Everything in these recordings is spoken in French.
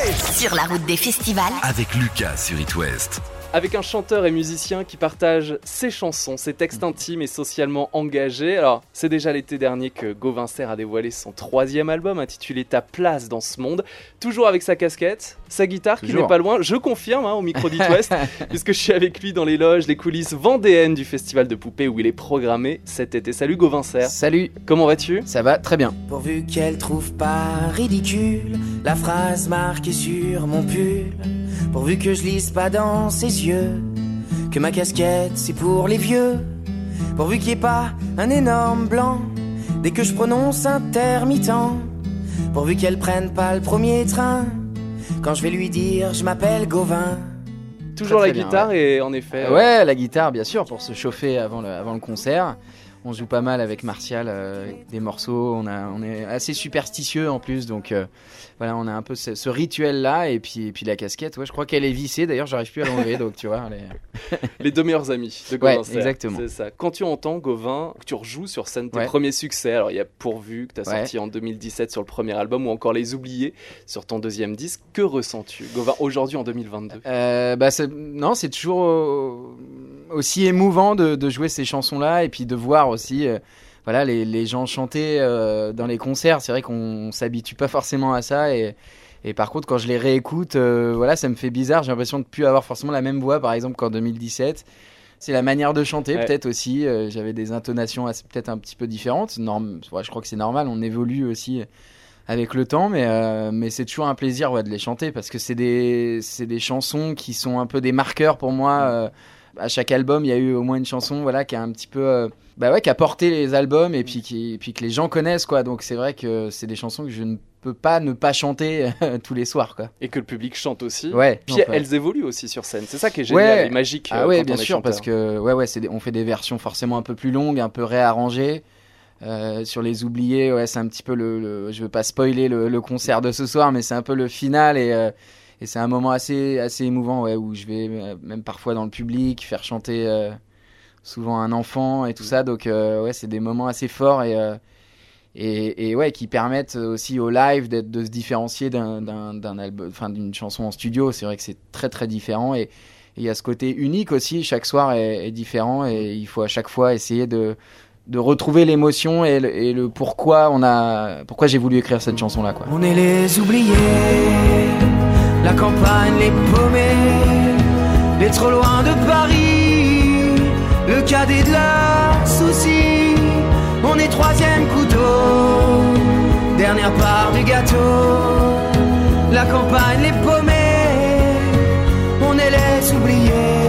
Sur la route des festivals. Avec Lucas sur It West. Avec un chanteur et musicien qui partage ses chansons, ses textes intimes et socialement engagés. Alors, c'est déjà l'été dernier que Gauvin Serre a dévoilé son 3e album intitulé Ta place dans ce monde. Toujours avec sa casquette, sa guitare qui n'est pas loin, je confirme, au micro d'It West, puisque je suis avec lui dans les loges, les coulisses vendéennes du festival de poupées où il est programmé cet été. Salut Gauvin Serre. Salut. Comment vas-tu ? Ça va très bien. Pourvu qu'elle trouve pas ridicule la phrase marquée sur mon pull, pourvu que je lise pas dans ses yeux que ma casquette c'est pour les vieux, pourvu qu'il n'y ait pas un énorme blanc dès que je prononce intermittent, pourvu qu'elle prenne pas le premier train quand je vais lui dire je m'appelle Gauvin. Toujours très la bien, guitare et en effet... Ouais, la guitare bien sûr pour se chauffer avant le concert. On joue pas mal avec Martial des morceaux, on est assez superstitieux en plus, donc voilà, on a un peu ce rituel-là, et puis la casquette, ouais, je crois qu'elle est vissée, d'ailleurs j'arrive plus à l'enlever, donc tu vois. Les deux meilleurs amis de Gauvin Serre. Exactement. C'est ça. Quand tu entends Gauvin, que tu rejoues sur scène tes Ouais. premiers succès, alors il y a Pourvu que tu as sorti en 2017 sur le premier album, ou encore Les Oubliés sur ton 2e disque, que ressens-tu, Gauvin, aujourd'hui en 2022 ? C'est toujours aussi émouvant de jouer ces chansons-là, et puis de voir aussi les gens chanter dans les concerts. C'est vrai qu'on s'habitue pas forcément à ça, et par contre quand je les réécoute, ça me fait bizarre. J'ai l'impression de plus avoir forcément la même voix par exemple qu'en 2017. C'est la manière de chanter peut-être aussi. J'avais des intonations peut-être un petit peu différentes. Je crois que c'est normal, on évolue aussi avec le temps, mais c'est toujours un plaisir de les chanter, parce que c'est des chansons qui sont un peu des marqueurs pour moi. À chaque album, il y a eu au moins une chanson qui a un petit peu qui a porté les albums, et puis que les gens connaissent, quoi. Donc c'est vrai que c'est des chansons que je ne peux pas ne pas chanter tous les soirs, quoi. Et que le public chante aussi. Puis elles évoluent aussi sur scène. C'est ça qui est génial et magique. Ah ouais, quand bien on est sûr, chanteur. parce que on fait des versions forcément un peu plus longues, un peu réarrangées. Sur Les Oubliés, c'est un petit peu je veux pas spoiler le concert de ce soir, mais c'est un peu le final, et c'est un moment assez émouvant, où je vais même parfois dans le public faire chanter souvent un enfant et tout ça. Donc c'est des moments assez forts, et qui permettent aussi au live de se différencier d'un album, d'une chanson en studio. C'est vrai que c'est très très différent, et il y a ce côté unique aussi. Chaque soir est différent, et il faut à chaque fois essayer de retrouver l'émotion et le pourquoi j'ai voulu écrire cette chanson là, quoi. On est les oubliés, la campagne, les paumés, les trop loin de Paris, le cadet de leurs soucis. On est 3e couteau, dernière part du gâteau, la campagne, les paumés, on est les oubliés.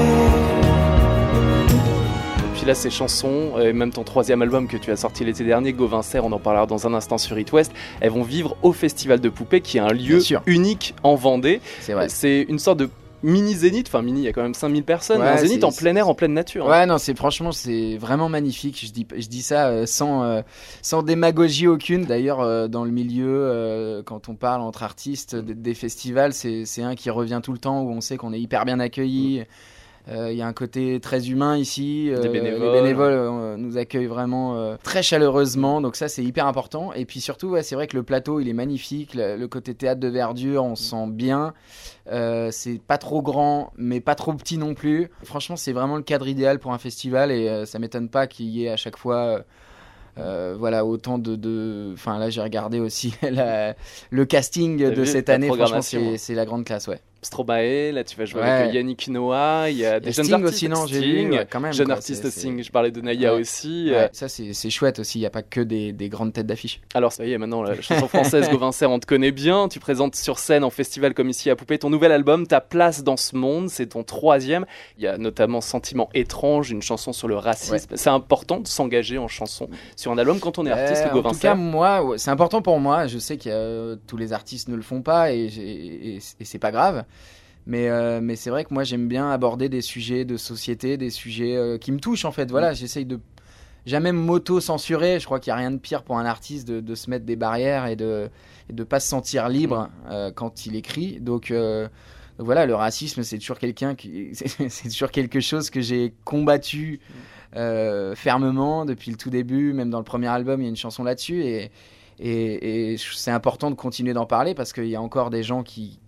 Là, ces chansons, et même ton 3e album que tu as sorti l'été dernier, Gauvin Serre, on en parlera dans un instant sur It West, elles vont vivre au Festival de Poupées, qui est un lieu unique en Vendée. C'est vrai. C'est une sorte de mini-zénith, il y a quand même 5000 personnes, un zénith en plein air, en pleine nature. Ouais, non, franchement, c'est vraiment magnifique. Je dis ça sans démagogie aucune. D'ailleurs, dans le milieu, quand on parle entre artistes des festivals, c'est un qui revient tout le temps, où on sait qu'on est hyper bien accueillis. Il y a un côté très humain ici. Les bénévoles, les bénévoles nous accueillent vraiment très chaleureusement, donc ça c'est hyper important. Et puis surtout, c'est vrai que le plateau il est magnifique, le côté théâtre de verdure, on se sent bien. C'est pas trop grand, mais pas trop petit non plus. Franchement, c'est vraiment le cadre idéal pour un festival, et ça m'étonne pas qu'il y ait à chaque fois autant de... Enfin là j'ai regardé aussi le casting de cette année. Franchement c'est la grande classe, Stromae, là tu vas jouer avec Yannick Noah, il y a des jeunes artistes aussi, non, j'ai vu, quand même, jeunes artistes Sting, je parlais de Naya aussi. Ça c'est chouette aussi, il n'y a pas que des grandes têtes d'affiche. Alors ça y est, maintenant la chanson française, Gauvin Serre, on te connaît bien, tu présentes sur scène en festival comme ici à Poupée ton nouvel album, Ta place dans ce monde, c'est ton 3e. Il y a notamment Sentiment étrange, une chanson sur le racisme. C'est important de s'engager en chanson sur un album quand on est artiste, Gauvin Serre. En tout cas, moi, c'est important pour moi, je sais que tous les artistes ne le font pas, et c'est pas grave. Mais c'est vrai que moi j'aime bien aborder des sujets de société, des sujets qui me touchent en fait. J'essaye de jamais m'auto-censurer. Je crois qu'il n'y a rien de pire pour un artiste de se mettre des barrières et de pas se sentir libre quand il écrit. Donc le racisme c'est toujours c'est toujours quelque chose que j'ai combattu fermement depuis le tout début. Même dans le premier album, il y a une chanson là-dessus, et c'est important de continuer d'en parler, parce qu'il y a encore des gens qui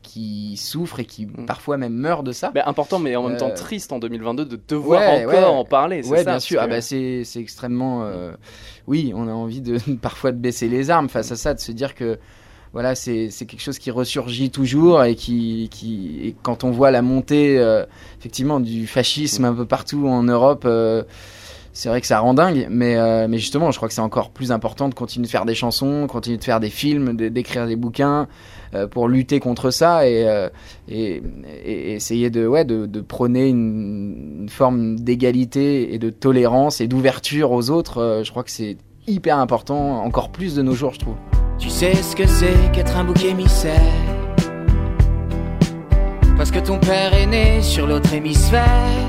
qui souffrent et qui parfois même meurent de ça. Important, mais en même temps triste en 2022 de devoir encore en parler. Ouais, bien sûr. C'est extrêmement. Oui, on a envie parfois de baisser les armes face à ça, de se dire que voilà, c'est quelque chose qui ressurgit toujours et et quand on voit la montée effectivement du fascisme un peu partout en Europe. C'est vrai que ça rend dingue, mais justement, je crois que c'est encore plus important de continuer de faire des chansons, continuer de faire des films, d'écrire des bouquins pour lutter contre ça et essayer de prôner une forme d'égalité et de tolérance et d'ouverture aux autres. Je crois que c'est hyper important, encore plus de nos jours, je trouve. Tu sais ce que c'est qu'être un bouc émissaire, parce que ton père est né sur l'autre hémisphère.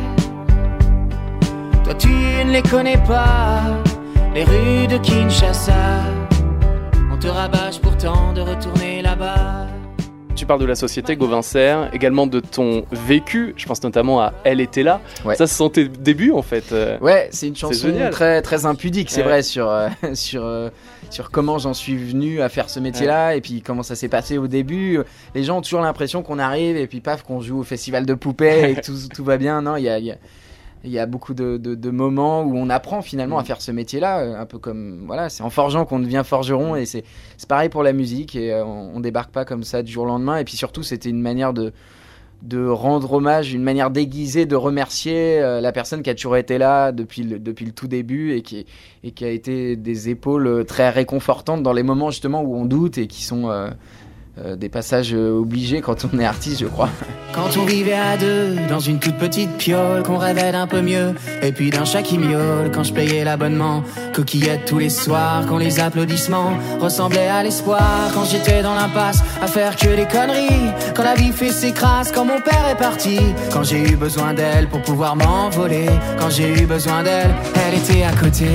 Toi tu ne les connais pas, les rues de Kinshasa. On te rabâche pourtant de retourner là-bas. Tu parles de la société, Gauvin Serre, également de ton vécu. Je pense notamment à Elle était là. Ouais. Ça, ce sont tes débuts en fait. Ouais, c'est une chanson très, très impudique, c'est vrai, sur comment j'en suis venu à faire ce métier-là et puis comment ça s'est passé au début. Les gens ont toujours l'impression qu'on arrive et puis paf, qu'on joue au festival de poupées et que tout va bien. Non, il y a beaucoup de moments où on apprend finalement à faire ce métier-là, un peu comme, voilà, c'est en forgeant qu'on devient forgeron et c'est pareil pour la musique et on débarque pas comme ça du jour au lendemain. Et puis surtout, c'était une manière de rendre hommage, une manière déguisée de remercier la personne qui a toujours été là depuis le tout début et qui a été des épaules très réconfortantes dans les moments justement où on doute et qui sont des passages obligés quand on est artiste, je crois. Quand on vivait à deux dans une toute petite piole, qu'on rêvait d'un peu mieux et puis d'un chat qui miaule quand je payais l'abonnement, coquillettes tous les soirs quand les applaudissements ressemblaient à l'espoir, quand j'étais dans l'impasse à faire que des conneries, quand la vie fait ses crasses, quand mon père est parti, quand j'ai eu besoin d'elle pour pouvoir m'envoler, quand j'ai eu besoin d'elle, elle était à côté,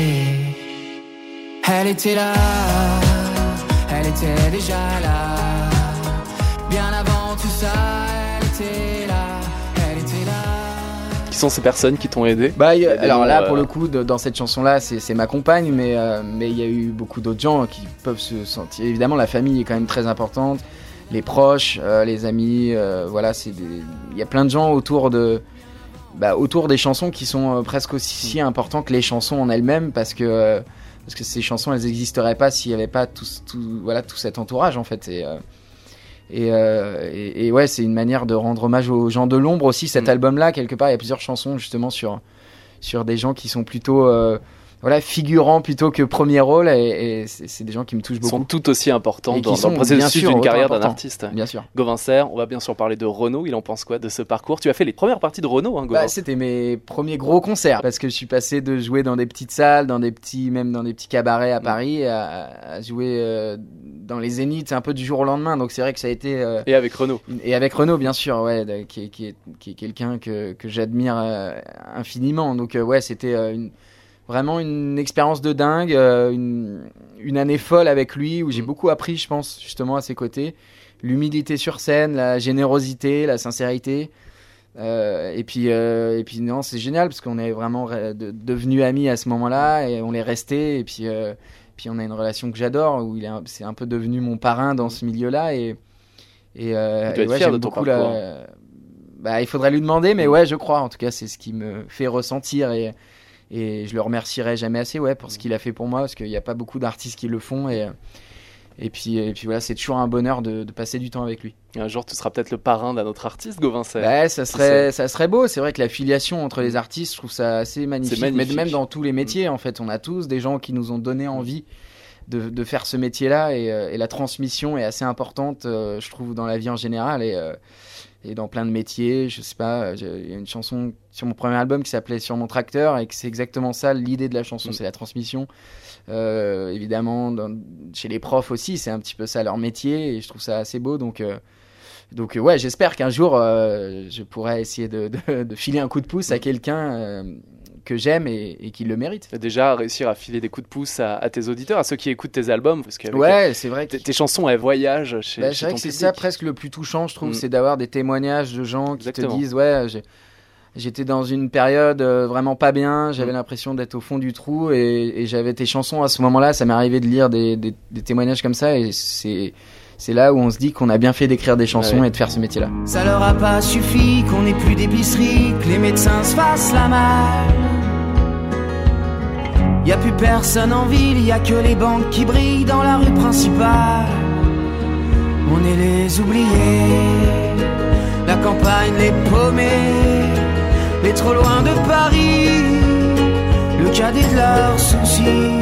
elle était là, elle était déjà là, bien avant tout ça, elle était là. Qui sont ces personnes qui t'ont aidé ? Alors là, pour le coup, dans cette chanson-là, c'est ma compagne, mais il y a eu beaucoup d'autres gens qui peuvent se sentir... Évidemment, la famille est quand même très importante, les proches, les amis, voilà, il y a plein de gens autour des chansons qui sont presque aussi importants que les chansons en elles-mêmes, parce que ces chansons, elles n'existeraient pas s'il n'y avait pas tout cet entourage, en fait. Et ouais, c'est une manière de rendre hommage aux gens de l'ombre aussi. Cet album-là, quelque part, il y a plusieurs chansons justement sur des gens qui sont plutôt figurants plutôt que premier rôle, et c'est des gens qui me touchent beaucoup. Ils sont tout aussi importants dans le processus d'une carrière d'un artiste. Bien sûr. Gauvin Serre, on va bien sûr parler de Renaud. Il en pense quoi de ce parcours ? Tu as fait les premières parties de Renaud, hein, Gauvin ? C'était mes premiers gros concerts, parce que je suis passé de jouer dans des petites salles, même dans des petits cabarets à Paris, à jouer dans les zéniths un peu du jour au lendemain. Donc c'est vrai que ça a été... Et avec Renaud. Et avec Renaud, bien sûr, ouais, qui est quelqu'un que j'admire infiniment. Donc ouais, c'était vraiment une expérience de dingue, une année folle avec lui, où j'ai beaucoup appris, je pense, justement à ses côtés. L'humilité sur scène, la générosité, la sincérité. Et puis non, c'est génial, parce qu'on est vraiment devenus amis à ce moment-là, et on l'est resté, et puis on a une relation que j'adore, où c'est un peu devenu mon parrain dans ce milieu-là, et ouais, j'aime beaucoup il faudrait lui demander, mais ouais, je crois, en tout cas, c'est ce qui me fait ressentir, et je le remercierai jamais assez, ouais, pour ce qu'il a fait pour moi, parce qu'il n'y a pas beaucoup d'artistes qui le font, et puis voilà, c'est toujours un bonheur de passer du temps avec lui. Un jour, tu seras peut-être le parrain d'un autre artiste, Gauvin Serre. Ouais, ça serait beau. C'est vrai que la filiation entre les artistes, je trouve ça assez magnifique. Mais même dans tous les métiers, en fait, on a tous des gens qui nous ont donné envie de faire ce métier-là, et la transmission est assez importante, je trouve, dans la vie en général, et dans plein de métiers. Je sais pas, il y a une chanson sur mon premier album qui s'appelait Sur mon tracteur, et que c'est exactement ça l'idée de la chanson, c'est la transmission. Évidemment, chez les profs aussi, c'est un petit peu ça leur métier, et je trouve ça assez beau. Donc ouais, j'espère qu'un jour je pourrai essayer de filer un coup de pouce à quelqu'un que j'aime et qui le mérite. Déjà, réussir à filer des coups de pouce à tes auditeurs, à ceux qui écoutent tes albums, parce que c'est vrai que tes chansons, elles voyagent chez ton public. C'est vrai que c'est ça presque le plus touchant, je trouve, c'est d'avoir des témoignages de gens qui te disent, ouais, j'étais dans une période vraiment pas bien, j'avais l'impression d'être au fond du trou, et j'avais tes chansons à ce moment-là. Ça m'est arrivé de lire des témoignages comme ça, et c'est c'est là où on se dit qu'on a bien fait d'écrire des chansons et de faire ce métier-là. Ça leur a pas suffi qu'on ait plus d'épicerie, que les médecins se fassent la malle. Y a plus personne en ville, y a que les banques qui brillent dans la rue principale. On est les oubliés, la campagne les paumés, les trop loin de Paris, le cadet de leurs soucis.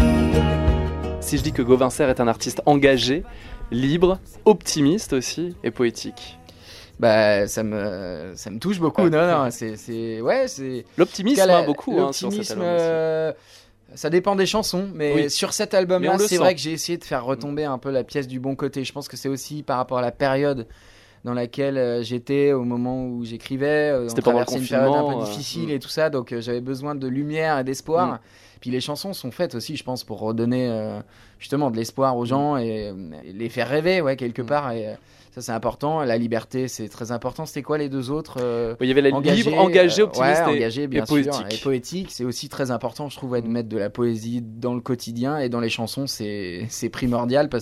Si je dis que Gauvin Serre est un artiste engagé, libre, optimiste aussi et poétique. Bah, ça me touche beaucoup. Non, c'est l'optimisme, beaucoup sur cet album. Ça dépend des chansons, mais sur cet album-là, c'est vrai que j'ai essayé de faire retomber un peu la pièce du bon côté. Je pense que c'est aussi par rapport à la période dans laquelle j'étais au moment où j'écrivais. C'était pendant le confinement, une période un peu difficile et tout ça, donc j'avais besoin de lumière et d'espoir. Puis les chansons sont faites aussi, je pense, pour redonner justement de l'espoir aux gens et les faire rêver, quelque part. Et ça, c'est important. La liberté, c'est très important. C'était quoi les deux autres Il y avait la libre, engagé, optimiste engagé, bien et sûr, poétique. Et poétique, c'est aussi très important, je trouve, de mettre de la poésie dans le quotidien et dans les chansons, c'est primordial parce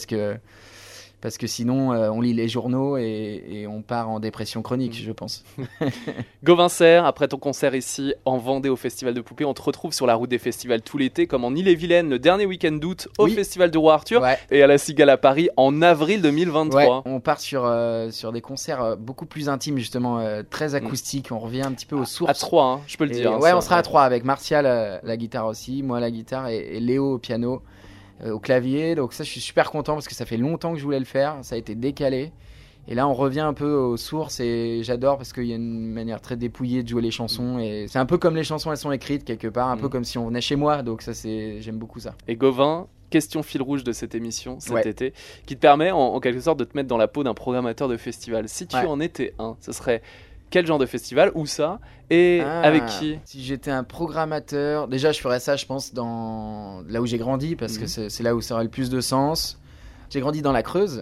que sinon, on lit les journaux et on part en dépression chronique, je pense. Gauvin Serre, après ton concert ici en Vendée au Festival de Poupées, on te retrouve sur la route des festivals tout l'été, comme en Ille-et-Vilaine le dernier week-end d'août au Festival du Roi Arthur et à la Cigale à Paris en avril 2023. Ouais, on part sur des concerts beaucoup plus intimes, justement, très acoustiques. On revient un petit peu aux sources. À 3, je peux le dire. On sera à 3 avec Martial la guitare aussi, moi la guitare et Léo au piano. Au clavier, donc ça je suis super content parce que ça fait longtemps que je voulais le faire, ça a été décalé et là on revient un peu aux sources et j'adore parce qu'il y a une manière très dépouillée de jouer les chansons et c'est un peu comme les chansons elles sont écrites quelque part, un peu comme si on venait chez moi, donc ça j'aime beaucoup ça. Et Gauvin, question fil rouge de cette émission cet été, qui te permet en quelque sorte de te mettre dans la peau d'un programmateur de festival. Si tu en étais un, ce serait quel genre de festival, où ça, et avec qui? Si j'étais un programmateur, déjà je ferais ça je pense là où j'ai grandi parce que c'est là où ça aurait le plus de sens. J'ai grandi dans la Creuse,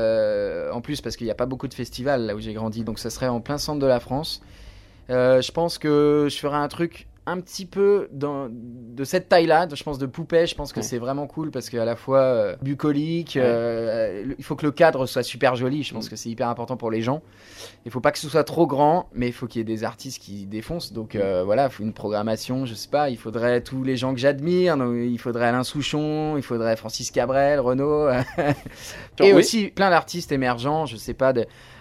en plus parce qu'il n'y a pas beaucoup de festivals là où j'ai grandi, donc ça serait en plein centre de la France. Je pense que je ferais un truc un petit peu de cette taille-là, je pense de Poupée, je pense que c'est vraiment cool parce qu'à la fois bucolique, il faut que le cadre soit super joli, je pense que c'est hyper important pour les gens. Il faut pas que ce soit trop grand, mais il faut qu'il y ait des artistes qui défoncent, donc il faut une programmation, je sais pas, il faudrait tous les gens que j'admire, donc, il faudrait Alain Souchon, il faudrait Francis Cabrel, Renaud, et aussi plein d'artistes émergents, je sais pas,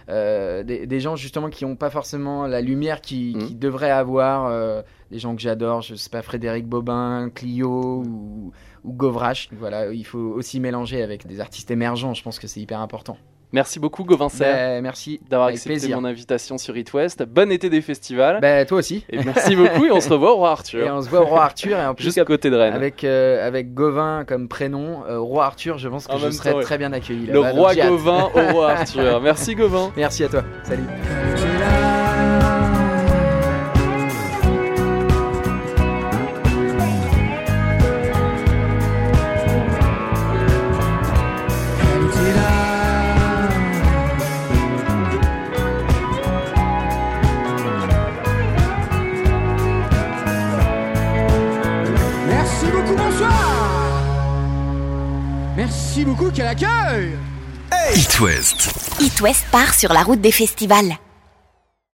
des gens justement qui n'ont pas forcément la lumière qu'ils devraient avoir, des gens que j'adore, je sais pas, Frédéric Bobin, Clio ou Govrache. Voilà, il faut aussi mélanger avec des artistes émergents, je pense que c'est hyper important. Merci beaucoup Gauvin Serre merci d'avoir accepté mon invitation sur It West. Bon été des festivals. Toi aussi. Et merci beaucoup et on se revoit au Roi Arthur. Et on se voit au Roi Arthur et en plus juste à côté de Rennes. Avec Gauvin comme prénom, Roi Arthur, je pense que je serais très bien accueilli. Le roi Gauvin au Roi Arthur. Merci Gauvin. Merci à toi. Salut. Merci beaucoup, quel accueil! It West. It West part sur la route des festivals.